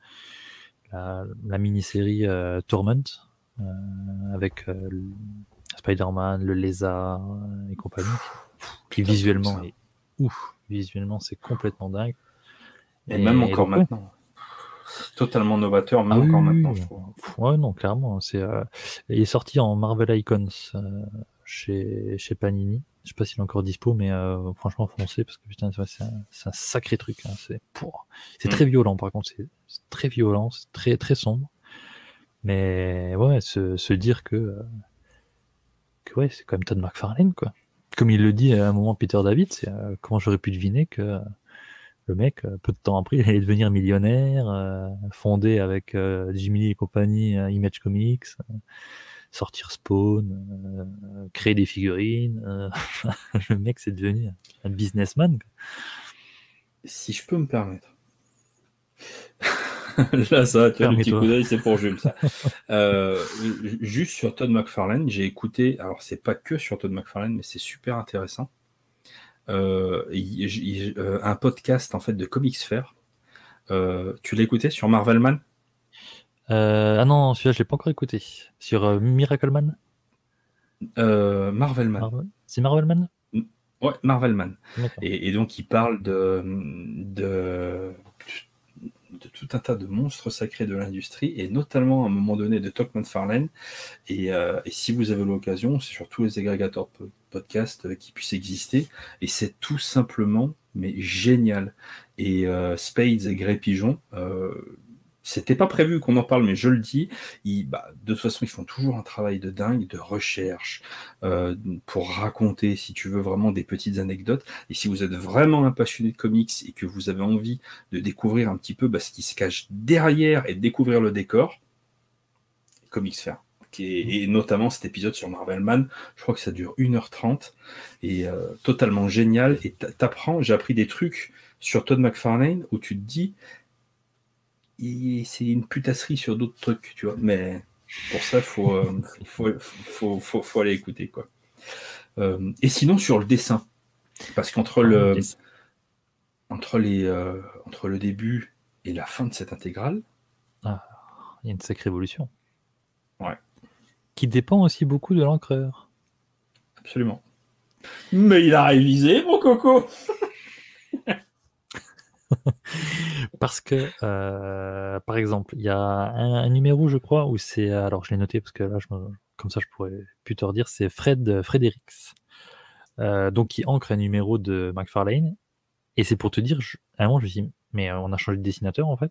la mini-série Torment, avec Spider-Man, le lézard et compagnie, qui Putain, tout visuellement ça. est ouf. Visuellement, c'est complètement dingue. Et même encore donc, ouais. maintenant. Totalement novateur, même Ah oui, encore oui, maintenant, oui. je trouve. Ouais, non, clairement. Il est sorti en Marvel Icons chez Panini. Je sais pas s'il est encore dispo, mais franchement, foncez parce que putain, c'est un sacré truc. Hein. C'est très violent, par contre. C'est très violent, c'est très, très sombre. Mais ouais, se dire que ouais, c'est quand même Todd McFarlane, quoi. Comme il le dit à un moment, Peter David, c'est comment j'aurais pu deviner que le mec, peu de temps après, il allait devenir millionnaire, fonder avec Jimmy Lee et compagnie Image Comics, sortir Spawn, créer des figurines. Le mec, c'est devenu un businessman. Si je peux me permettre. Là, ça, tu vois, le petit coup Permets-toi. d'œil, c'est pour Jules, ça. Juste sur Todd McFarlane, j'ai écouté, alors c'est pas que sur Todd McFarlane, mais c'est super intéressant. Un podcast en fait de Comics Fair. Tu l'as écouté sur Marvelman? Ah non, celui-là, je l'ai pas encore écouté. Sur Miracleman. Marvelman. C'est Marvelman? Ouais, Marvelman. D'accord. Et donc il parle de tout un tas de monstres sacrés de l'industrie, et notamment à un moment donné de Todd McFarlane. Et si vous avez l'occasion, c'est sur tous les agrégateurs de podcasts qui puissent exister. Et c'est tout simplement, mais génial. Et Spades et Grey Pigeon, c'était pas prévu qu'on en parle, mais je le dis. De toute façon, ils font toujours un travail de dingue, de recherche, pour raconter, si tu veux, vraiment des petites anecdotes. Et si vous êtes vraiment un passionné de comics et que vous avez envie de découvrir un petit peu ce qui se cache derrière et de découvrir le décor, Comics Fair. Et notamment cet épisode sur Marvelman, je crois que ça dure 1h30, et totalement génial. Et j'ai appris des trucs sur Todd McFarlane où tu te dis, c'est une putasserie sur d'autres trucs, tu vois, mais Pour ça, faut aller écouter, quoi. Et sinon, sur le dessin, parce qu'entre entre le début et la fin de cette intégrale, il y a une sacrée évolution. Ouais. Qui dépend aussi beaucoup de l'encreur. Absolument. Mais il a révisé, mon coco. Parce que, par exemple, il y a un numéro, je crois, où c'est... Alors, je l'ai noté parce que là, comme ça, je pourrais plus te redire. C'est Fredericks. Donc, qui ancre un numéro de McFarlane. Et c'est pour te dire, à un moment, je me suis dit, mais on a changé de dessinateur, en fait.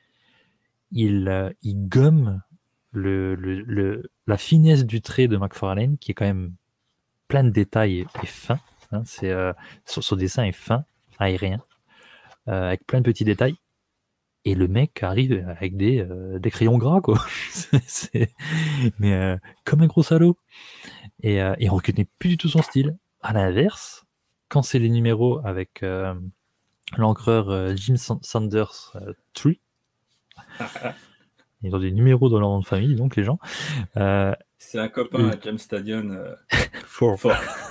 Il gomme la finesse du trait de McFarlane, qui est quand même plein de détails et fin. Hein, son dessin est fin, aérien, avec plein de petits détails. Et le mec arrive avec des crayons gras, quoi. Mais comme un gros salaud. Et on reconnaît plus du tout son style. À l'inverse, quand c'est les numéros avec l'encreur Jim Sanders 3, ils ont des numéros dans leur nom de famille, donc les gens. C'est un copain à James Stadion. Fort.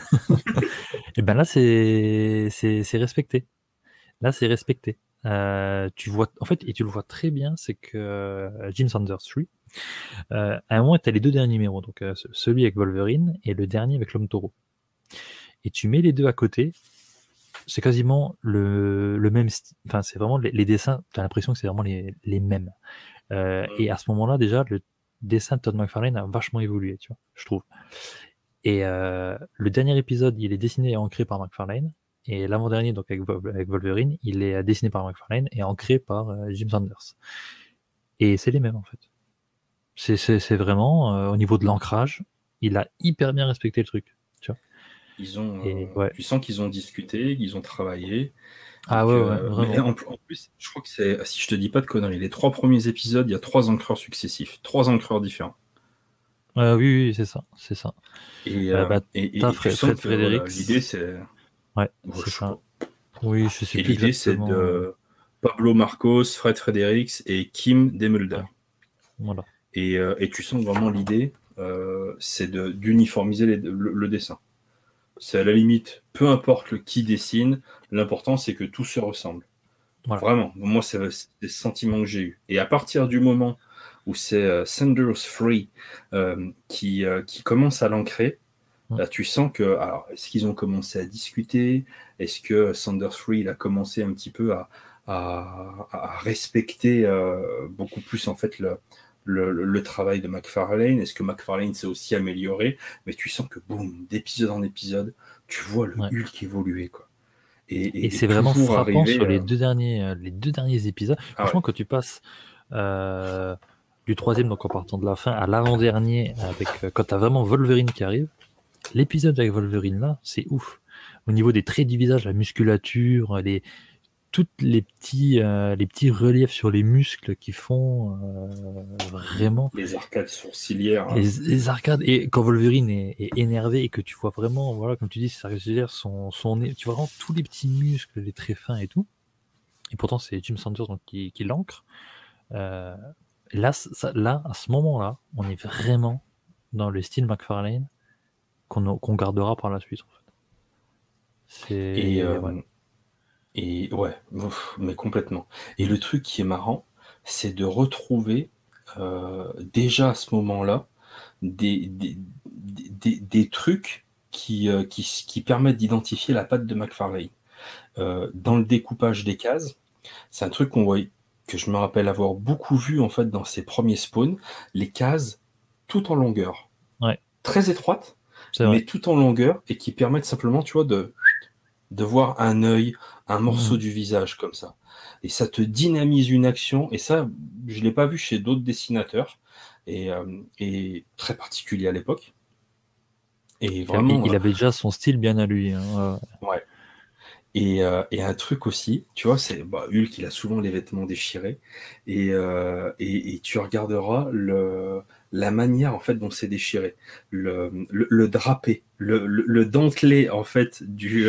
Et ben là, c'est respecté. Là, c'est respecté. Tu vois, en fait, et tu le vois très bien, c'est que Jim Sanders 3, à un moment, tu as les deux derniers numéros, donc celui avec Wolverine et le dernier avec l'homme taureau. Et tu mets les deux à côté, c'est quasiment le même style. Enfin, c'est vraiment les dessins, tu as l'impression que c'est vraiment les mêmes. Et à ce moment-là, déjà, le dessin de Todd McFarlane a vachement évolué, tu vois, je trouve. Et le dernier épisode, il est dessiné et ancré par McFarlane. Et l'avant-dernier, donc avec Wolverine, il est dessiné par McFarlane et ancré par Jim Sanders. Et c'est les mêmes, en fait. C'est vraiment, au niveau de l'ancrage, il a hyper bien respecté le truc. Tu vois. Tu sens qu'ils ont discuté, qu'ils ont travaillé. Ah donc, ouais, vraiment. Mais en plus, je crois que c'est, si je te dis pas de conneries, les 3 premiers épisodes, il y a 3 encreurs successifs, 3 encreurs différents. Oui, c'est ça. Et tu sens que Fredericks. L'idée, c'est... Ouais, c'est ça. Oui, je sais plus l'idée, exactement. c'est de Pablo Marcos, Fred Fredericks et Kim Demulder. Ouais. Voilà. Et tu sens vraiment l'idée, c'est d'uniformiser le dessin. C'est à la limite, peu importe qui dessine, l'important c'est que tout se ressemble. Voilà. Vraiment, moi c'est des sentiments que j'ai eu. Et à partir du moment où c'est Sanders Free qui commence à l'ancrer, là tu sens que, alors, est-ce qu'ils ont commencé à discuter? Est-ce que Sanders Free il a commencé un petit peu à respecter beaucoup plus en fait le travail de McFarlane? Est-ce que McFarlane s'est aussi amélioré? Mais tu sens que boum, d'épisode en épisode, tu vois le Hulk évoluer, quoi. Et c'est vraiment frappant sur les deux derniers épisodes. Franchement, quand tu passes du 3e, donc en partant de la fin, à l'avant-dernier, quand tu as vraiment Wolverine qui arrive, l'épisode avec Wolverine là, c'est ouf. Au niveau des traits du visage, la musculature, toutes les petits reliefs sur les muscles qui font vraiment les arcades sourcilières, les arcades. Et quand Wolverine est énervé et que tu vois vraiment, voilà, comme tu dis, ses arcades sourcilières son nez, tu vois vraiment tous les petits muscles, les traits fins et tout. Et pourtant c'est Jim Sanders donc qui l'ancre. Là, à ce moment-là, on est vraiment dans le style McFarlane qu'on gardera par la suite, en fait. Et ouais, mais complètement. Et le truc qui est marrant, c'est de retrouver déjà à ce moment-là des trucs qui permettent d'identifier la patte de McFarlane. Dans le découpage des cases, c'est un truc que je me rappelle avoir beaucoup vu en fait dans ses premiers spawns, les cases tout en longueur. Ouais. Très étroites, mais tout en longueur et qui permettent simplement, tu vois, de voir un œil, un morceau du visage comme ça. Et ça te dynamise une action, et ça, je l'ai pas vu chez d'autres dessinateurs, et très particulier à l'époque. Et vraiment, il avait déjà son style bien à lui. Hein. Ouais. Et un truc aussi, tu vois, c'est Hulk, il a souvent les vêtements déchirés, et tu regarderas la manière en fait dont c'est déchiré, le drapé, le dentelé en fait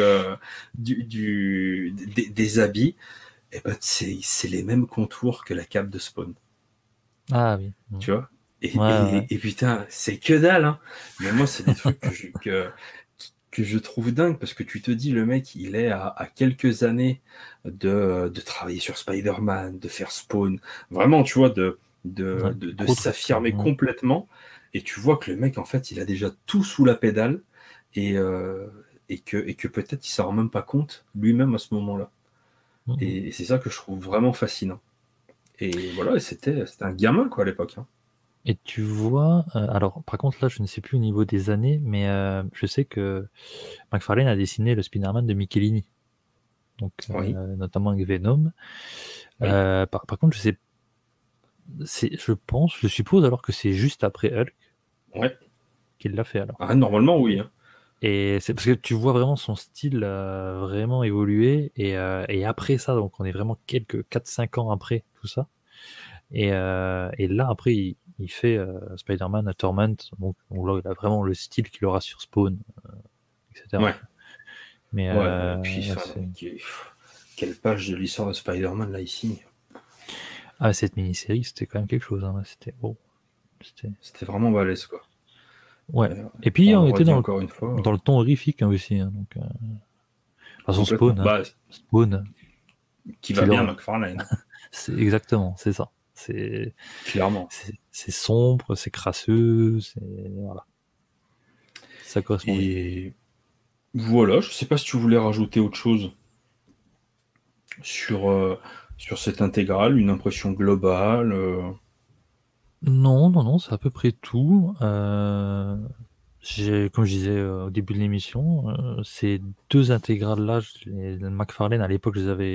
des habits, et ben c'est les mêmes contours que la cape de Spawn. Ah oui. Tu vois, Et, Ouais, ouais. et putain, c'est que dalle, hein. Mais moi, c'est des trucs que je trouve dingue parce que tu te dis, le mec, il est à quelques années de travailler sur Spider-Man, de faire Spawn, vraiment, tu vois, Ouais, de gros truc, quoi. s'affirmer complètement. Et tu vois que le mec, en fait, il a déjà tout sous la pédale et, et que peut-être il s'en rend même pas compte lui-même à ce moment-là. Mhm. Et c'est ça que je trouve vraiment fascinant. Et voilà, c'était un gamin, quoi, à l'époque. Hein. Et tu vois, alors par contre là, je ne sais plus au niveau des années, mais je sais que McFarlane a dessiné le Spider-Man de Michelini, donc Oui, notamment avec Venom. oui, Par contre, je pense, je suppose alors que c'est juste après Hulk ouais. qu'il l'a fait alors. Ah, normalement, oui. Hein. Et c'est parce que tu vois vraiment son style vraiment évoluer, et après ça, donc on est vraiment quelques 4-5 ans après tout ça. Et là, après, il fait Spider-Man à Torment, donc là, il a vraiment le style qu'il aura sur Spawn, etc. Ouais. Mais Ouais, et puis, ouais, enfin, quelle page de l'histoire de Spider-Man, là, ici. cette mini-série, c'était quand même quelque chose. Hein. C'était bon. C'était... C'était vraiment balèze, quoi. Ouais. Et, Et puis, on on le était redit encore une fois, dans le ton horrifique hein, aussi. Hein, donc, de toute façon, complètement. Spawn, hein. Bah, Spawn, qui va quelle bien, horreur. McFarlane, C'est exactement, c'est ça. clairement. C'est sombre, c'est crasseux, voilà, ça correspond bien. Et voilà, je sais pas si tu voulais rajouter autre chose sur, sur cette intégrale, une impression globale. Non, non, non, c'est à peu près tout. Comme je disais au début de l'émission, ces deux intégrales-là, le McFarlane, à l'époque,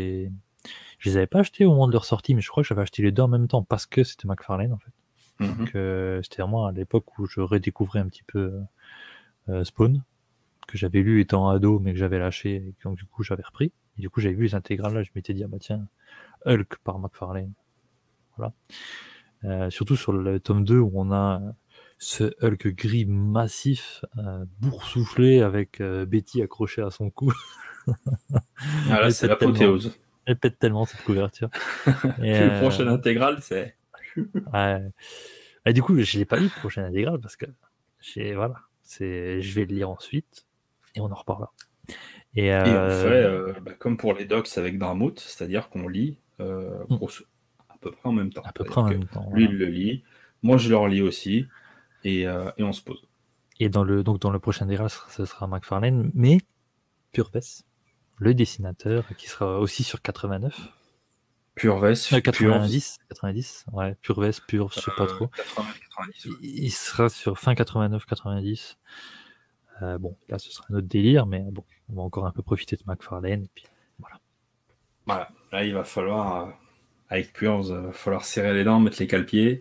je les avais pas achetés au moment de leur sortie, mais je crois que j'avais acheté les deux en même temps parce que c'était McFarlane, en fait. Mhm. Donc, c'était vraiment à l'époque où je redécouvrais un petit peu Spawn, que j'avais lu étant ado, mais que j'avais lâché, et donc du coup, j'avais repris. Et du coup, j'avais vu les intégrales-là, je m'étais dit, ah bah tiens, Hulk par McFarlane. Voilà. Surtout sur le tome 2 où on a ce Hulk gris massif, boursouflé avec Betty accrochée à son cou. Ah, là, Elle c'est pète tellement, l'apothéose. elle pète tellement cette couverture. Et, Puis le prochain intégral, c'est... ouais. Et du coup, je l'ai pas lu le prochain intégral parce que voilà, je vais le lire ensuite et on en reparlera. Et Et on fait, bah, comme pour les docs avec Darmouth, c'est-à-dire qu'on lit à peu près en même temps. à peu près en C'est-à-dire que même temps, lui, voilà. il le lit, moi, je le relis aussi, et on se pose. Et donc dans le prochain intégral, ce sera McFarlane, mais Purves, le dessinateur, qui sera aussi sur 89. Purves, Purves, 90, ouais, Purves, Purves, je sais pas trop. 80-90, ouais. Il sera sur fin 89-90. Bon, là, ce sera un autre délire, mais bon, on va encore un peu profiter de McFarlane, et puis voilà. Voilà, là, il va falloir, avec Purves, il va falloir serrer les dents, mettre les cale-pieds,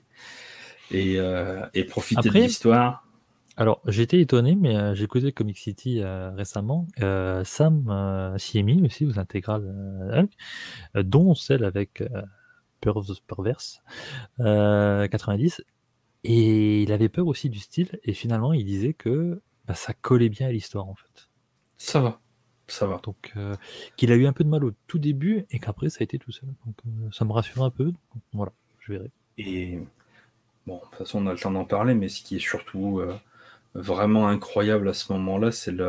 et profiter de Après, l'histoire. alors, j'étais étonné, mais j'ai écouté Comic City récemment. Sam s'y est mis aussi aux intégrales Hulk, dont celle avec Perverse 90. Et il avait peur aussi du style, et finalement, il disait que bah, ça collait bien à l'histoire, en fait. Ça va, ça va. Donc, qu'il a eu un peu de mal au tout début, et qu'après, ça a été tout seul. Donc, ça me rassure un peu. Donc, voilà, je verrai. Et bon, de toute façon, on a le temps d'en parler, mais ce qui est surtout vraiment incroyable à ce moment-là,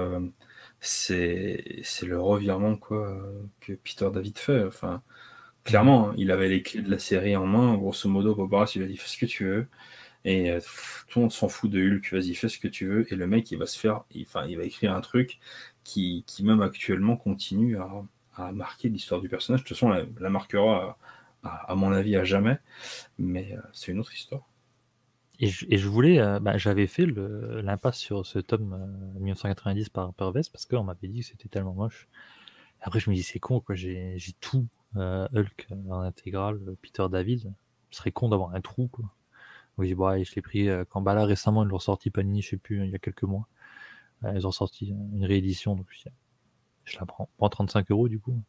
c'est le revirement quoi que Peter David fait. Enfin, Mhm. clairement, hein, il avait les clés de la série en main. Grosso modo, Bob Ross, il lui a dit fais ce que tu veux. Et tout le monde s'en fout de Hulk, vas-y, fais ce que tu veux. Et le mec, il va se faire, enfin, il va écrire un truc qui même actuellement continue à marquer l'histoire du personnage. De toute façon, la marquera, à mon avis, à jamais. Mais c'est une autre histoire. Et je voulais, bah, j'avais fait l'impasse sur ce tome 1990 par Vest parce qu'on m'avait dit que c'était tellement moche. Après, je me dis, c'est con, quoi. J'ai tout Hulk en intégrale, Peter David. Ce serait con d'avoir un trou, quoi. Donc, j'ai dit, bah, je l'ai pris quand bah, là, récemment, ils l'ont sorti Panini, je sais plus, il y a quelques mois. Ils ont sorti une réédition, donc je la prends 35 € du coup.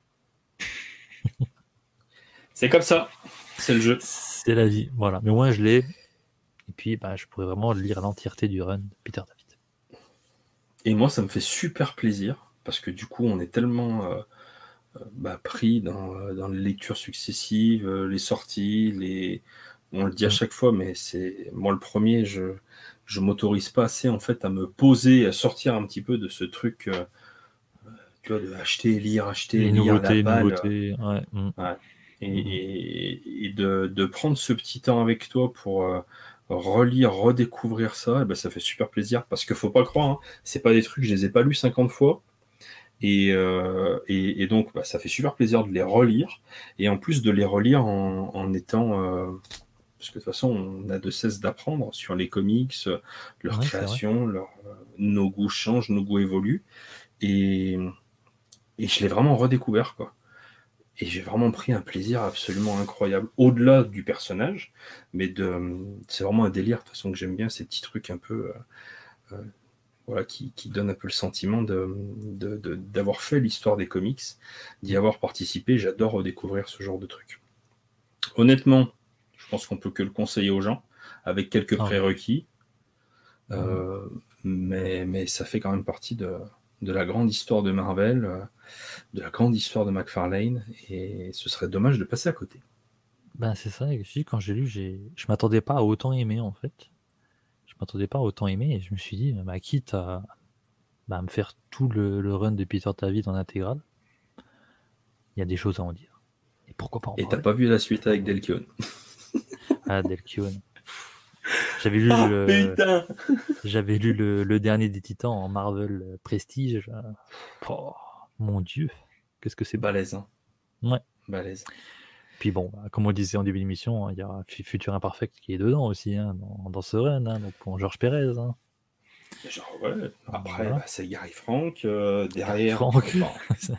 C'est comme ça, c'est le jeu. C'est la vie, voilà. Mais au moins, je l'ai. Et puis, bah, je pourrais vraiment lire l'entièreté du run de Peter David. Et moi, ça me fait super plaisir, parce que du coup, on est tellement pris dans les lectures successives, les sorties, On le dit à chaque fois, mais c'est moi le premier, je m'autorise pas assez en fait à me poser, à sortir un petit peu de ce truc, tu vois, de acheter, Les lire la nouveautés, balle. ouais. Ouais. Mm. Et de prendre ce petit temps avec toi pour relire, redécouvrir ça, et ben, ça fait super plaisir. Parce qu'il faut pas croire, hein, c'est pas des trucs, je les ai pas lus 50 fois. Et donc, bah, ça fait super plaisir de les relire. Et en plus de les relire en étant. Parce que de toute façon, on a de cesse d'apprendre sur les comics, leur Ouais, c'est vrai. création, nos goûts changent, nos goûts évoluent. Et, et je l'ai vraiment redécouvert, quoi. Et j'ai vraiment pris un plaisir absolument incroyable, au-delà du personnage, mais c'est vraiment un délire, de toute façon, que j'aime bien, ces petits trucs un peu, voilà, qui donnent un peu le sentiment d'avoir fait l'histoire des comics, d'y avoir participé. J'adore redécouvrir ce genre de trucs. Honnêtement, je pense qu'on peut que le conseiller aux gens, avec quelques Ah oui. prérequis, euh, mais ça fait quand même partie de la grande histoire de Marvel, de la grande histoire de McFarlane, et ce serait dommage de passer à côté. Ben, c'est ça, et aussi, quand j'ai lu, je m'attendais pas à autant aimer, en fait. Je m'attendais pas à autant aimer, et je me suis dit, bah, quitte à me faire tout le run de Peter David en intégrale, il y a des choses à en dire. Et pourquoi pas en Et t'as parler? pas vu la suite avec Delkion? Ah, Delkion. J'avais lu Ah le, putain! j'avais lu le dernier des Titans en Marvel Prestige. Oh, mon Dieu, qu'est-ce que c'est beau. Balèze, hein. Ouais. Balèze. Puis bon, comme on disait en début d'émission, il y a Future Imperfect qui est dedans aussi, hein, dans ce run, hein, donc pour Georges Pérez. Hein. Genre, ouais. Après, Voilà. bah, c'est Gary Frank. Gary Derrière, Frank. enfin,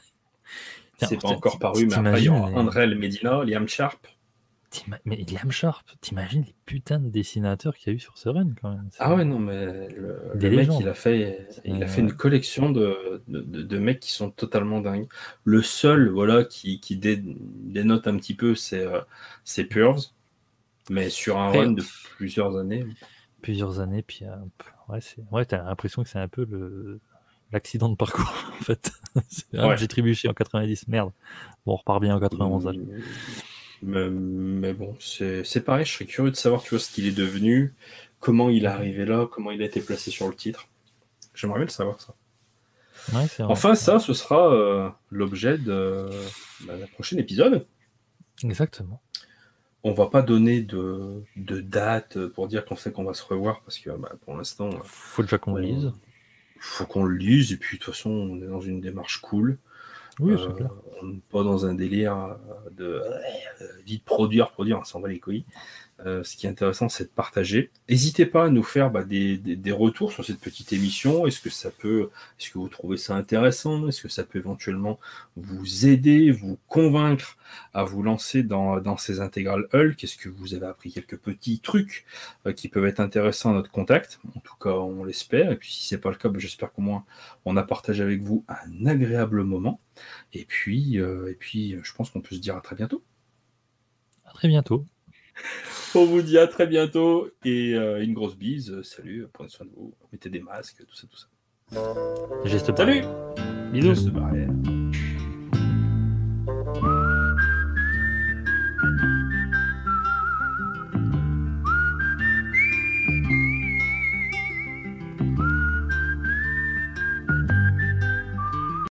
Tiens, c'est pas encore paru, mais après, il y t'imagines aura Andrel Medina, Liam Sharp. Mais Liam Sharp, t'imagines les putains de dessinateurs qu'il y a eu sur ce run quand même. Ah ouais, non, mais Des le mec, légendes. il a fait une collection de mecs qui sont totalement dingues. Le seul, voilà, qui dénote un petit peu, c'est Purves, mais sur un Après, run de plusieurs années. plusieurs années, puis ouais, t'as l'impression que c'est un peu l'accident de parcours en fait. Ouais. J'ai trébuché en 90, merde. Bon, on repart bien en 91 là. Mais bon, c'est pareil, je serais curieux de savoir, tu vois, ce qu'il est devenu, comment il est arrivé là, comment il a été placé sur le titre. J'aimerais bien le savoir, ça. Ouais, c'est vrai. Enfin, ça, ce sera l'objet de la prochaine épisode. Exactement. On va pas donner de date pour dire qu'on sait qu'on va se revoir, parce que bah, pour l'instant, Faut déjà qu'on le on lise. faut qu'on le lise, et puis de toute façon, on est dans une démarche cool. Oui, c'est clair. On n'est pas dans un délire de vite produire, on s'en va les couilles. Ce qui est intéressant, c'est de partager. N'hésitez pas à nous faire des retours sur cette petite émission. Est-ce que vous trouvez ça intéressant? Est-ce que ça peut éventuellement vous aider, vous convaincre à vous lancer dans ces intégrales Hulk? Est-ce que vous avez appris quelques petits trucs qui peuvent être intéressants à notre contact? En tout cas, on l'espère. Et puis, si c'est pas le cas, j'espère qu'au moins on a partagé avec vous un agréable moment. Et puis, je pense qu'on peut se dire à très bientôt. À très bientôt. On vous dit à très bientôt et une grosse bise. Salut, prenez soin de vous, mettez des masques, tout ça, tout ça. Geste Salut! barrière. Bisous. Geste barrière.